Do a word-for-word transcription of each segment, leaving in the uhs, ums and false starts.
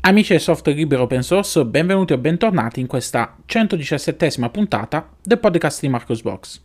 Amici del software libero open source, benvenuti o bentornati in questa centodiciassettesima puntata del podcast di Marcosbox.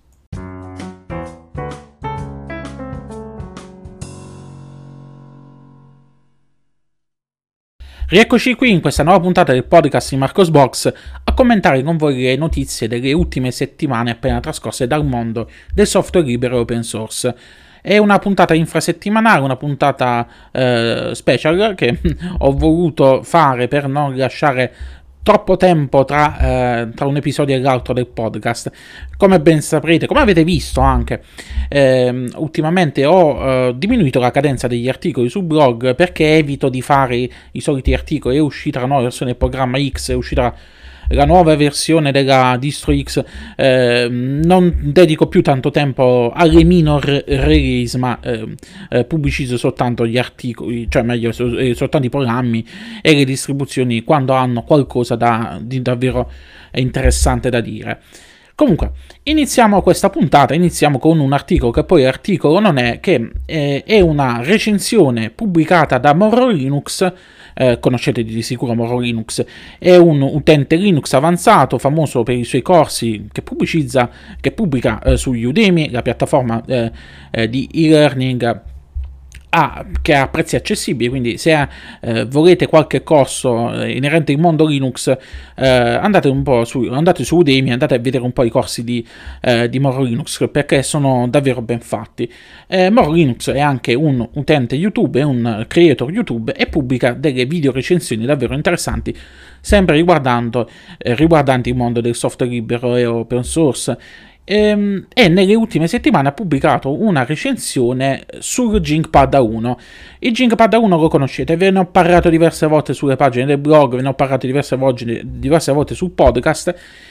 Rieccoci qui in questa nuova puntata del podcast di Marcosbox a commentare con voi le notizie delle ultime settimane appena trascorse dal mondo del software libero open source. È una puntata infrasettimanale, una puntata eh, special che ho voluto fare per non lasciare troppo tempo tra, eh, tra un episodio e l'altro del podcast. Come ben saprete, come avete visto anche, eh, ultimamente ho eh, diminuito la cadenza degli articoli sul blog perché evito di fare i, i soliti articoli. È uscita la nuova versione del programma X, è uscita la nuova versione della distro X, eh, non dedico più tanto tempo alle minor release, ma eh, eh, pubblicizzo soltanto gli articoli, cioè meglio eh, soltanto i programmi e le distribuzioni quando hanno qualcosa da, di davvero interessante da dire. Comunque, iniziamo questa puntata, iniziamo con un articolo che poi articolo non è, che eh, è una recensione pubblicata da Moro Linux. Eh, conoscete di sicuro Moro Linux, è un utente Linux avanzato, famoso per i suoi corsi che pubblicizza, che pubblica eh, su Udemy, la piattaforma eh, eh, di e-learning Ah, che ha prezzi accessibili, quindi se eh, volete qualche corso eh, inerente al mondo Linux, eh, andate un po' su, andate su Udemy, andate a vedere un po' i corsi di, eh, di Moro Linux, perché sono davvero ben fatti. Eh, Moro Linux è anche un utente YouTube, è un creator YouTube e pubblica delle video recensioni davvero interessanti, sempre riguardando, eh, riguardanti il mondo del software libero e open source. E, e nelle ultime settimane ha pubblicato una recensione sul Jingpad A uno. Il Jingpad A uno lo conoscete, ve ne ho parlato diverse volte sulle pagine del blog, ve ne ho parlato diverse volte, diverse volte sul podcast,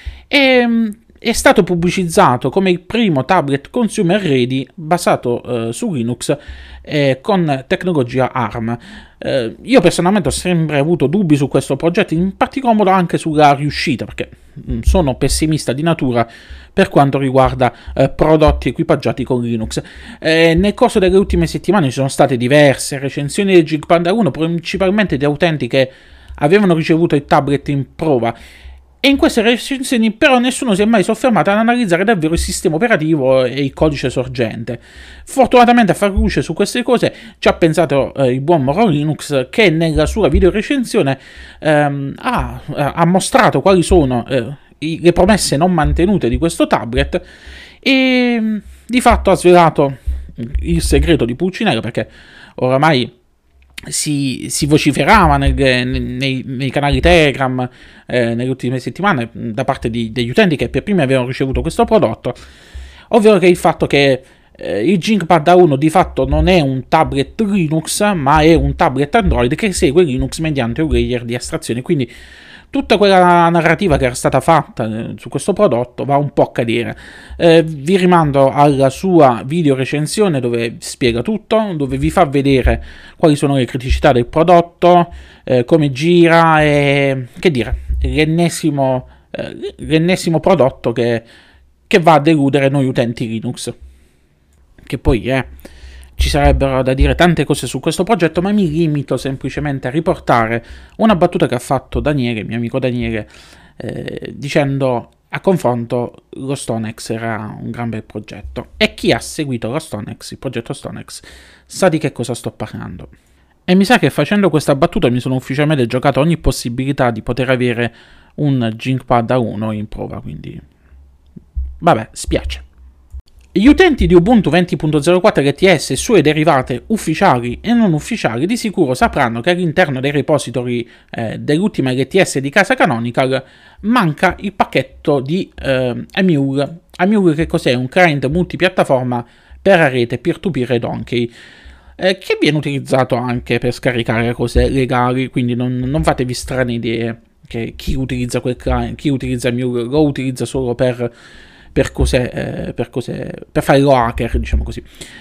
e è stato pubblicizzato come il primo tablet consumer ready basato eh, su Linux eh, con tecnologia ARM. Eh, io personalmente ho sempre avuto dubbi su questo progetto, in particolar modo anche sulla riuscita, perché mh, sono pessimista di natura per quanto riguarda eh, prodotti equipaggiati con Linux. Eh, nel corso delle ultime settimane ci sono state diverse recensioni del Jingpad A uno, principalmente di utenti che avevano ricevuto il tablet in prova. E in queste recensioni però nessuno si è mai soffermato ad analizzare davvero il sistema operativo e il codice sorgente. Fortunatamente a far luce su queste cose ci ha pensato eh, il buon Moro Linux, che nella sua video recensione ehm, ha, ha mostrato quali sono eh, le promesse non mantenute di questo tablet e di fatto ha svelato il segreto di Pulcinella, perché oramai Si, si vociferava nel, nei, nei canali Telegram eh, nelle ultime settimane da parte di, degli utenti che per primi avevano ricevuto questo prodotto, ovvero che il fatto che eh, il Jingpad A uno di fatto non è un tablet Linux, ma è un tablet Android che segue Linux mediante un layer di astrazione, quindi tutta quella narrativa che era stata fatta su questo prodotto va un po' a cadere. Eh, vi rimando alla sua video recensione dove spiega tutto, dove vi fa vedere quali sono le criticità del prodotto, eh, come gira e che dire, l'ennesimo, eh, l'ennesimo prodotto che, che va a deludere noi utenti Linux. Che poi è... Eh, Ci sarebbero da dire tante cose su questo progetto, ma mi limito semplicemente a riportare una battuta che ha fatto Daniele, mio amico Daniele, eh, dicendo a confronto lo StoneX era un gran bel progetto. E chi ha seguito lo StoneX, il progetto StoneX, sa di che cosa sto parlando. E mi sa che facendo questa battuta mi sono ufficialmente giocato ogni possibilità di poter avere un Jingpad A uno in prova, quindi vabbè, spiace. Gli utenti di Ubuntu venti punto zero quattro L T S e sue derivate ufficiali e non ufficiali di sicuro sapranno che all'interno dei repository eh, dell'ultima L T S di casa Canonical manca il pacchetto di eh, Emule. Emule che cos'è? Un client multipiattaforma per la rete peer-to-peer e Donkey, eh, che viene utilizzato anche per scaricare cose legali, quindi non, non fatevi strane idee che chi utilizza quel client, chi utilizza Emule lo utilizza solo per... per cose, eh, per cose, per fare lo hacker, diciamo così.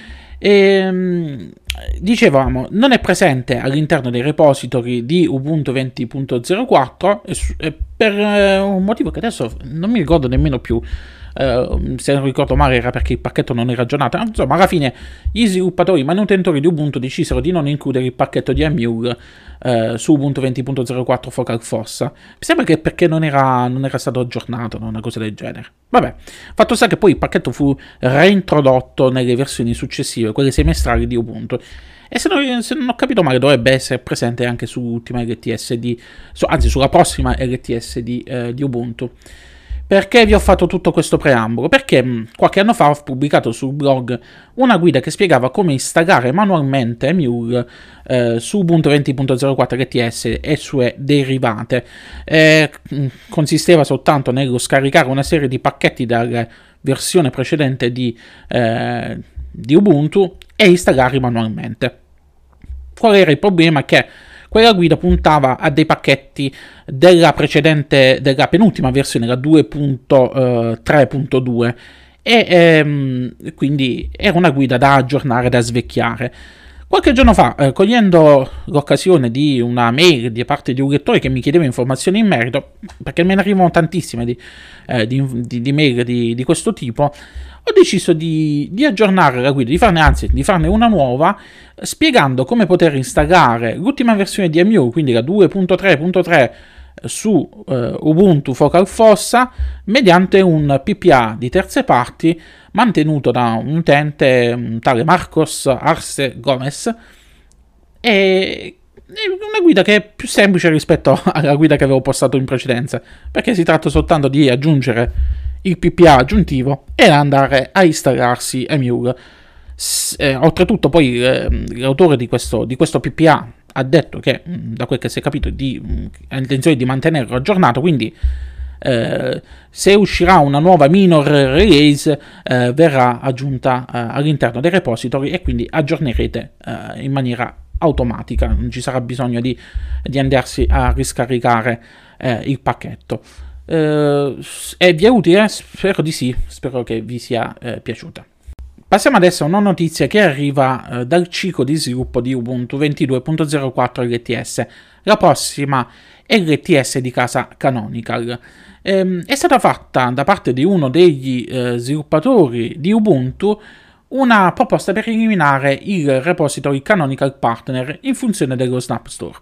E, dicevamo, non è presente all'interno dei repository di Ubuntu venti punto zero quattro e, e per eh, un motivo che adesso non mi ricordo nemmeno più. eh, se non ricordo male era perché il pacchetto non era aggiornato, insomma alla fine gli sviluppatori manutentori di Ubuntu decisero di non includere il pacchetto di Emule eh, su Ubuntu venti punto zero quattro Focal Fossa. Mi sembra che perché non era, non era stato aggiornato, no? Una cosa del genere. Vabbè, fatto sta che poi il pacchetto fu reintrodotto nelle versioni successive, quelle semestrali di Ubuntu. E se non, se non ho capito male dovrebbe essere presente anche sull'ultima L T S di, su, anzi sulla prossima L T S di, eh, di Ubuntu. Perché vi ho fatto tutto questo preambolo? Perché mh, qualche anno fa ho pubblicato sul blog una guida che spiegava come installare manualmente Emule eh, su Ubuntu venti punto zero quattro L T S e sue derivate. Eh, mh, consisteva soltanto nello scaricare una serie di pacchetti dalla versione precedente di, eh, di Ubuntu e installarli manualmente. Qual era il problema? Che quella guida puntava a dei pacchetti della precedente, della penultima versione, la due punto tre punto due, e ehm, quindi era una guida da aggiornare, da svecchiare. Qualche giorno fa, eh, cogliendo l'occasione di una mail da parte di un lettore che mi chiedeva informazioni in merito, perché me ne arrivano tantissime di, eh, di, di, di mail di, di questo tipo, ho deciso di, di aggiornare la guida, di farne, anzi, di farne una nuova, spiegando come poter installare l'ultima versione di Emule, quindi la due punto tre punto tre su uh, Ubuntu Focal Fossa, mediante un P P A di terze parti mantenuto da un utente, un tale Marcos Arce Gomez, e una guida che è più semplice rispetto alla guida che avevo postato in precedenza, perché si tratta soltanto di aggiungere il P P A aggiuntivo e andare a installarsi Emule. S- eh, oltretutto poi eh, l'autore di questo, di questo P P A ha detto che, da quel che si è capito, di, mh, ha intenzione di mantenerlo aggiornato, quindi eh, se uscirà una nuova minor release eh, verrà aggiunta eh, all'interno dei repository e quindi aggiornerete eh, in maniera automatica, non ci sarà bisogno di, di andarsi a riscaricare eh, il pacchetto. Uh, e vi è utile? Spero di sì, spero che vi sia eh, piaciuta. Passiamo adesso a una notizia che arriva eh, dal ciclo di sviluppo di Ubuntu ventidue punto zero quattro L T S, la prossima L T S di casa Canonical. Ehm, è stata fatta da parte di uno degli eh, sviluppatori di Ubuntu una proposta per eliminare il repository Canonical Partner in funzione dello Snap Store.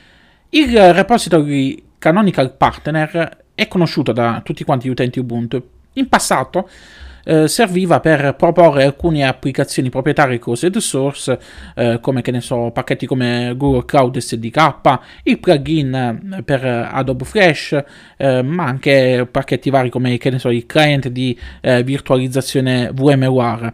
Il repository Canonical Partner è conosciuto da tutti quanti gli utenti Ubuntu. In passato eh, serviva per proporre alcune applicazioni proprietarie closed source, eh, come che ne so, pacchetti come Google Cloud S D K, il plugin per Adobe Flash, eh, ma anche pacchetti vari come che ne so, il client di eh, virtualizzazione VMware.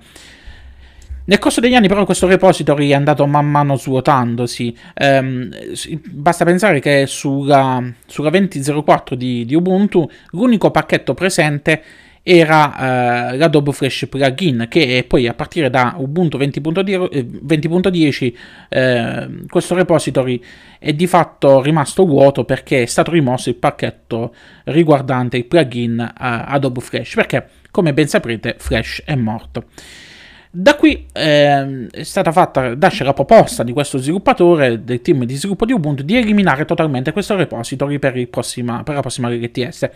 Nel corso degli anni però questo repository è andato man mano svuotandosi. Um, basta pensare che sulla, sulla venti punto zero quattro di, di Ubuntu l'unico pacchetto presente era uh, l'Adobe Flash plugin, che poi a partire da Ubuntu venti punto dieci eh, questo repository è di fatto rimasto vuoto perché è stato rimosso il pacchetto riguardante il plugin uh, Adobe Flash, perché come ben saprete Flash è morto. Da qui eh, è stata fatta, nasce la proposta di questo sviluppatore, del team di sviluppo di Ubuntu, di eliminare totalmente questo repository per, il prossima, per la prossima L T S.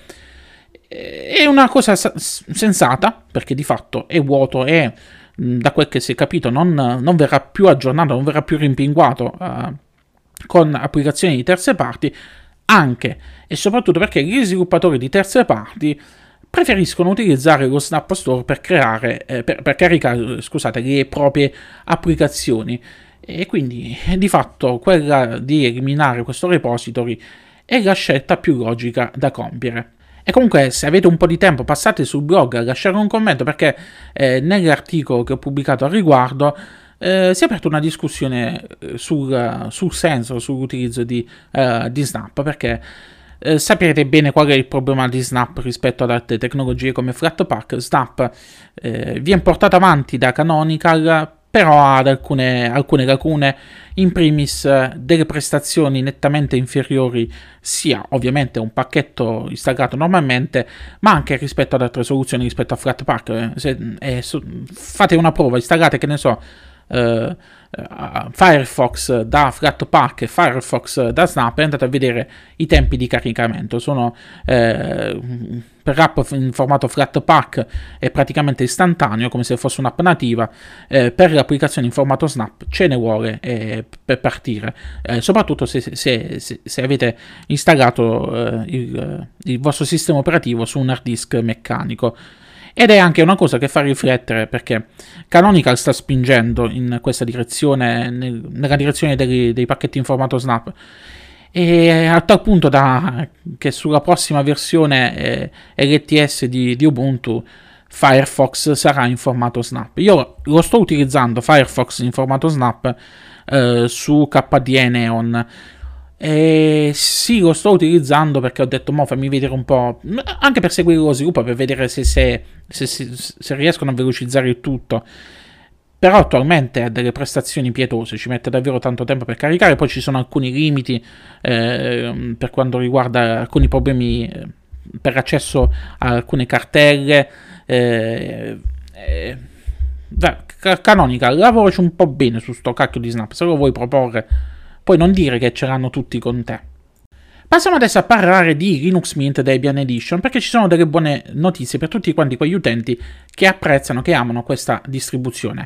È una cosa sensata, perché di fatto è vuoto e da quel che si è capito non, non verrà più aggiornato, non verrà più rimpinguato uh, con applicazioni di terze parti, anche e soprattutto perché gli sviluppatori di terze parti preferiscono utilizzare lo Snap Store per creare, eh, per, per caricare, scusate, le proprie applicazioni, e quindi di fatto quella di eliminare questo repository è la scelta più logica da compiere. E comunque, se avete un po' di tempo, passate sul blog a lasciare un commento, perché eh, nell'articolo che ho pubblicato al riguardo eh, si è aperta una discussione sul, sul senso, sull'utilizzo di, uh, di Snap, perché Eh, sapete bene qual è il problema di Snap rispetto ad altre tecnologie come Flatpak. Snap eh, viene portato avanti da Canonical, però ha alcune, alcune lacune, in primis eh, delle prestazioni nettamente inferiori sia ovviamente a un pacchetto installato normalmente, ma anche rispetto ad altre soluzioni, rispetto a Flatpak. Eh, se, eh, so, fate una prova, installate, che ne so, Uh, uh, Firefox da Flatpak e Firefox da Snap e andate a vedere i tempi di caricamento. Sono uh, per app in formato Flatpak è praticamente istantaneo, come se fosse un'app nativa. Eh, per le applicazioni in formato Snap ce ne vuole eh, per partire, eh, soprattutto se, se, se, se avete installato eh, il, il vostro sistema operativo su un hard disk meccanico. Ed è anche una cosa che fa riflettere, perché Canonical sta spingendo in questa direzione, nel, nella direzione dei, dei pacchetti in formato Snap, e a tal punto da che sulla prossima versione eh, L T S di, di Ubuntu Firefox sarà in formato Snap. Io lo sto utilizzando Firefox in formato Snap eh, su K D E Neon. E sì, lo sto utilizzando perché ho detto, mo fammi vedere un po', anche per seguire lo sviluppo, per vedere se, se, se, se, se riescono a velocizzare il tutto. Però attualmente ha delle prestazioni pietose, ci mette davvero tanto tempo per caricare, poi ci sono alcuni limiti eh, per quanto riguarda alcuni problemi eh, per accesso a alcune cartelle. Eh, eh, Canonical, lavoraci un po' bene su sto cacchio di Snap, se lo vuoi proporre. Poi non dire che ce l'hanno tutti con te. Passiamo adesso a parlare di Linux Mint Debian Edition, perché ci sono delle buone notizie per tutti quanti quegli utenti che apprezzano, che amano questa distribuzione.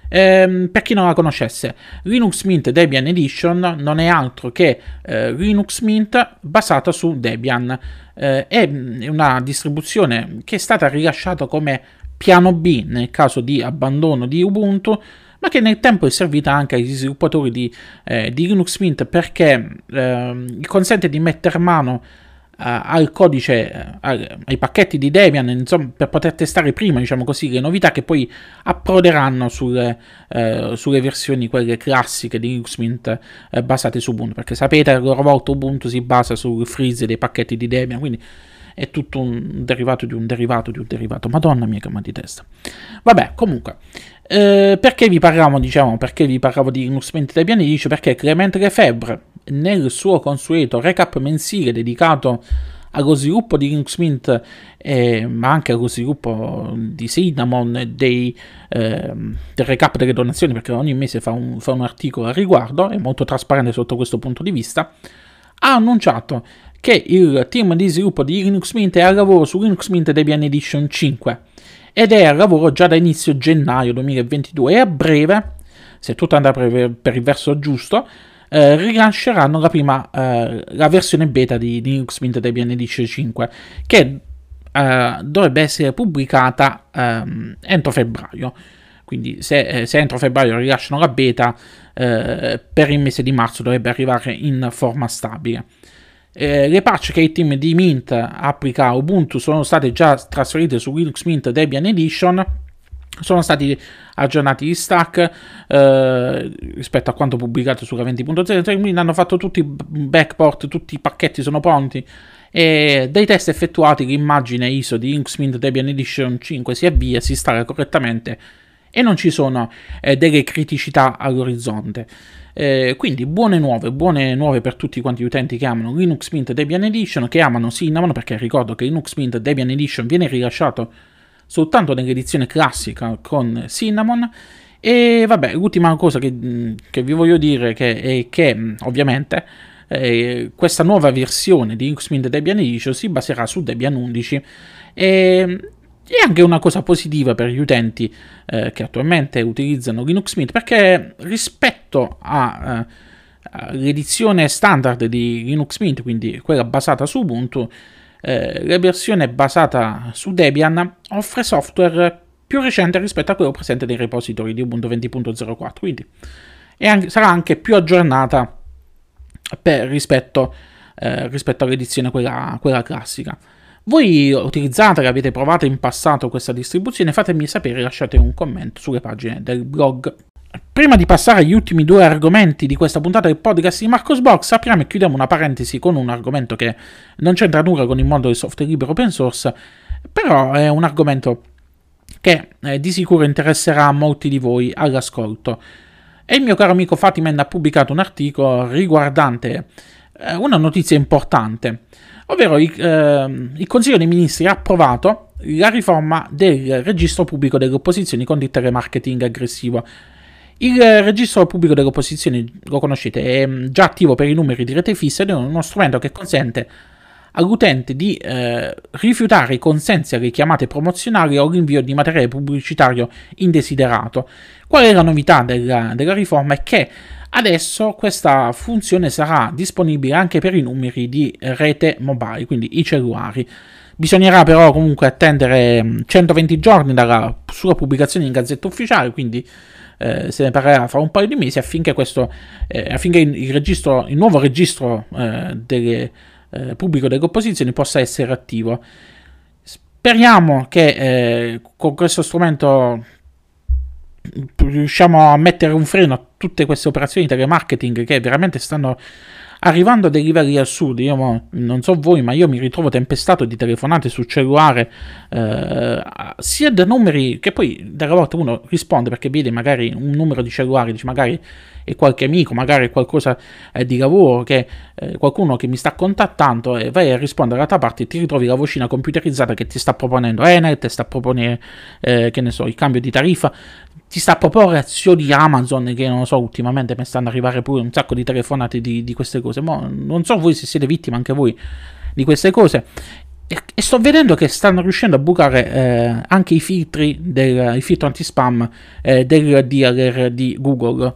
Ehm, per chi non la conoscesse, Linux Mint Debian Edition non è altro che eh, Linux Mint basata su Debian. Eh, è una distribuzione che è stata rilasciata come piano B nel caso di abbandono di Ubuntu, ma che nel tempo è servita anche agli sviluppatori di, eh, di Linux Mint, perché eh, consente di mettere mano eh, al codice, eh, ai pacchetti di Debian, insomma, per poter testare prima, diciamo così, le novità che poi approderanno sulle, eh, sulle versioni quelle classiche di Linux Mint eh, basate su Ubuntu, perché sapete, a loro volta Ubuntu si basa sul freeze dei pacchetti di Debian, quindi è tutto un derivato di un derivato di un derivato. Madonna mia, che mal di testa. Vabbè, comunque, eh, perché vi parliamo, diciamo, perché vi parlavo di Linux Mint Debian Edition? Perché Clement Lefebvre, nel suo consueto recap mensile dedicato allo sviluppo di Linux Mint, eh, ma anche allo sviluppo di Cinnamon, dei, eh, del recap delle donazioni, perché ogni mese fa un, fa un articolo al riguardo, è molto trasparente sotto questo punto di vista, ha annunciato che il team di sviluppo di Linux Mint è al lavoro su Linux Mint Debian Edition cinque ed è al lavoro già da inizio gennaio duemilaventidue, e a breve, se tutto andrà per, per il verso giusto, eh, rilasceranno la prima eh, la versione beta di, di Linux Mint Debian Edition cinque, che eh, dovrebbe essere pubblicata eh, entro febbraio. Quindi se, se entro febbraio rilasciano la beta, eh, per il mese di marzo dovrebbe arrivare in forma stabile. Eh, le patch che il team di Mint applica a Ubuntu sono state già trasferite su Linux Mint Debian Edition, sono stati aggiornati gli stack eh, rispetto a quanto pubblicato sulla venti punto zero, quindi hanno fatto tutti i backport, tutti i pacchetti sono pronti, e dai test effettuati l'immagine I S O di Linux Mint Debian Edition cinque si avvia, si installa correttamente e non ci sono eh, delle criticità all'orizzonte. Eh, quindi buone nuove, buone nuove per tutti quanti gli utenti che amano Linux Mint Debian Edition, che amano Cinnamon, perché ricordo che Linux Mint Debian Edition viene rilasciato soltanto nell'edizione classica con Cinnamon. E vabbè, l'ultima cosa che, che vi voglio dire che è che ovviamente eh, questa nuova versione di Linux Mint Debian Edition si baserà su Debian undici, e è anche una cosa positiva per gli utenti eh, che attualmente utilizzano Linux Mint, perché rispetto a, eh, all'edizione standard di Linux Mint, quindi quella basata su Ubuntu, eh, la versione basata su Debian offre software più recente rispetto a quello presente nei repository di Ubuntu venti punto zero quattro, quindi è anche, sarà anche più aggiornata per, rispetto, eh, rispetto all'edizione quella, quella classica. Voi utilizzate, avete provato in passato questa distribuzione? Fatemi sapere, lasciate un commento sulle pagine del blog. Prima di passare agli ultimi due argomenti di questa puntata del podcast di Marcosbox, apriamo e chiudiamo una parentesi con un argomento che non c'entra nulla con il mondo del software libero open source, però è un argomento che eh, di sicuro interesserà molti di voi all'ascolto. E il mio caro amico Fatiman ha pubblicato un articolo riguardante eh, una notizia importante, ovvero il, eh, il Consiglio dei Ministri ha approvato la riforma del registro pubblico delle opposizioni contro il telemarketing aggressivo. Il registro pubblico delle opposizioni, lo conoscete, è già attivo per i numeri di rete fissa ed è uno strumento che consente all'utente di eh, rifiutare i consensi alle chiamate promozionali o l'invio di materiale pubblicitario indesiderato. Qual è la novità della, della riforma? È che adesso questa funzione sarà disponibile anche per i numeri di rete mobile, quindi i cellulari. Bisognerà però comunque attendere centoventi giorni dalla sua pubblicazione in Gazzetta Ufficiale, quindi eh, se ne parlerà fra un paio di mesi affinché, questo, eh, affinché il, registro, il nuovo registro eh, delle, eh, pubblico delle opposizioni possa essere attivo. Speriamo che eh, con questo strumento riusciamo a mettere un freno a tutte queste operazioni di telemarketing che veramente stanno arrivando a dei livelli assurdi. Io mo, non so voi, ma io mi ritrovo tempestato di telefonate sul cellulare, eh, sia da numeri che poi delle volte uno risponde perché vede magari un numero di cellulare, dice magari è qualche amico, magari è qualcosa eh, di lavoro, che eh, qualcuno che mi sta contattando, e vai a rispondere dall'altra parte e ti ritrovi la vocina computerizzata che ti sta proponendo Enel, ti sta proponendo eh, che ne so, il cambio di tariffa, ti sta a proporre azioni Amazon, che non so, ultimamente mi stanno ad arrivare pure un sacco di telefonate di, di queste cose. Ma non so voi se siete vittime anche voi di queste cose, e, e sto vedendo che stanno riuscendo a bucare eh, anche i filtri del il filtro anti-spam eh, del dealer di Google,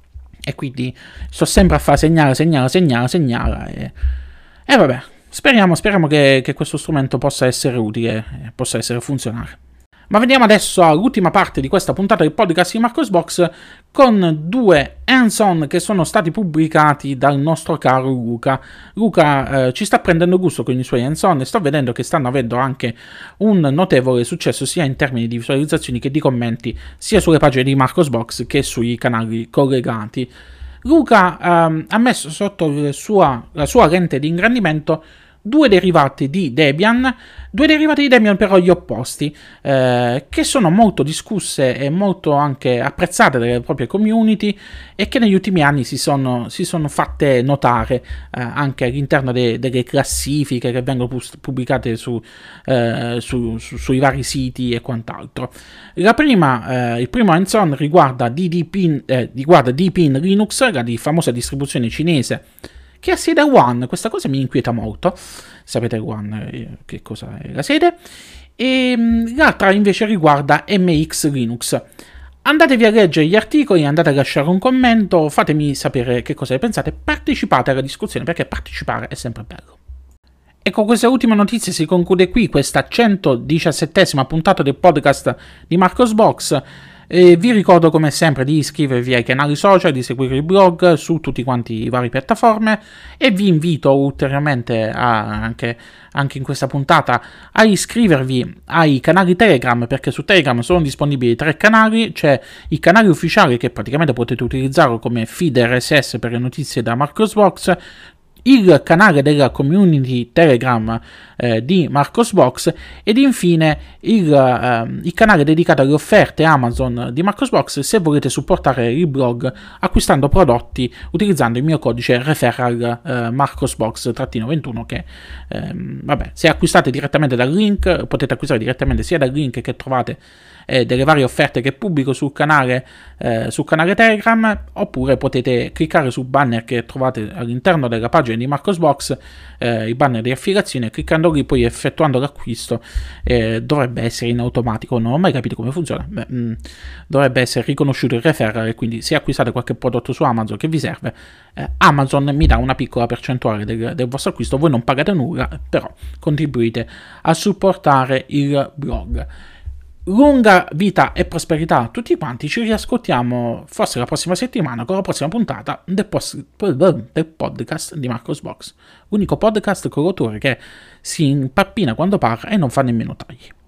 e quindi sto sempre a fare segnale, segnale, segnale, segnale e, e vabbè, speriamo, speriamo che, che questo strumento possa essere utile e possa essere funzionale. Ma veniamo adesso all'ultima parte di questa puntata del podcast di Marcosbox, con due hands-on che sono stati pubblicati dal nostro caro Luca. Luca eh, ci sta prendendo gusto con i suoi hands-on e sto vedendo che stanno avendo anche un notevole successo sia in termini di visualizzazioni che di commenti, sia sulle pagine di Marcosbox che sui canali collegati. Luca ehm, ha messo sotto la sua, la sua lente di ingrandimento due derivati di Debian, due derivati di Debian però gli opposti, eh, che sono molto discusse e molto anche apprezzate dalle proprie community e che negli ultimi anni si sono, si sono fatte notare eh, anche all'interno de, delle classifiche che vengono pubblicate su, eh, su, su, sui vari siti e quant'altro. La prima, eh, il primo hands-on riguarda D D P, eh, riguarda Deepin Linux, la di famosa distribuzione cinese che ha sede a Wuhan. Questa cosa mi inquieta molto. Sapete Wuhan eh, che cosa è la sede? E l'altra invece riguarda M X Linux. Andatevi a leggere gli articoli, andate a lasciare un commento, fatemi sapere che cosa ne pensate, partecipate alla discussione perché partecipare è sempre bello. E con questa ultima notizia si conclude qui questa centodiciassettesima puntata del podcast di Marcosbox. E vi ricordo come sempre di iscrivervi ai canali social, di seguire il blog su tutti quanti i vari piattaforme, e vi invito ulteriormente a, anche, anche in questa puntata a iscrivervi ai canali Telegram, perché su Telegram sono disponibili tre canali. C'è il canale ufficiale che praticamente potete utilizzare come feed R S S per le notizie da Marcosbox, il canale della community Telegram eh, di Marcosbox ed infine il, eh, il canale dedicato alle offerte Amazon di Marcosbox se volete supportare il blog acquistando prodotti utilizzando il mio codice referral eh, Marcosbox ventuno, che eh, vabbè, se acquistate direttamente dal link potete acquistare direttamente sia dal link che trovate eh, delle varie offerte che pubblico sul canale, eh, sul canale Telegram, oppure potete cliccare sul banner che trovate all'interno della pagina di Marcosbox, eh, il banner di affiliazione, e cliccando lì poi effettuando l'acquisto eh, dovrebbe essere in automatico. Non ho mai capito come funziona. Beh, mh, dovrebbe essere riconosciuto il referral, e quindi se acquistate qualche prodotto su Amazon che vi serve, eh, Amazon mi dà una piccola percentuale del, del vostro acquisto. Voi non pagate nulla, però contribuite a supportare il blog. Lunga vita e prosperità a tutti quanti. Ci riascoltiamo forse la prossima settimana con la prossima puntata del, post- del podcast di Marcosbox, l'unico podcast con l'autore che si impappina quando parla e non fa nemmeno tagli.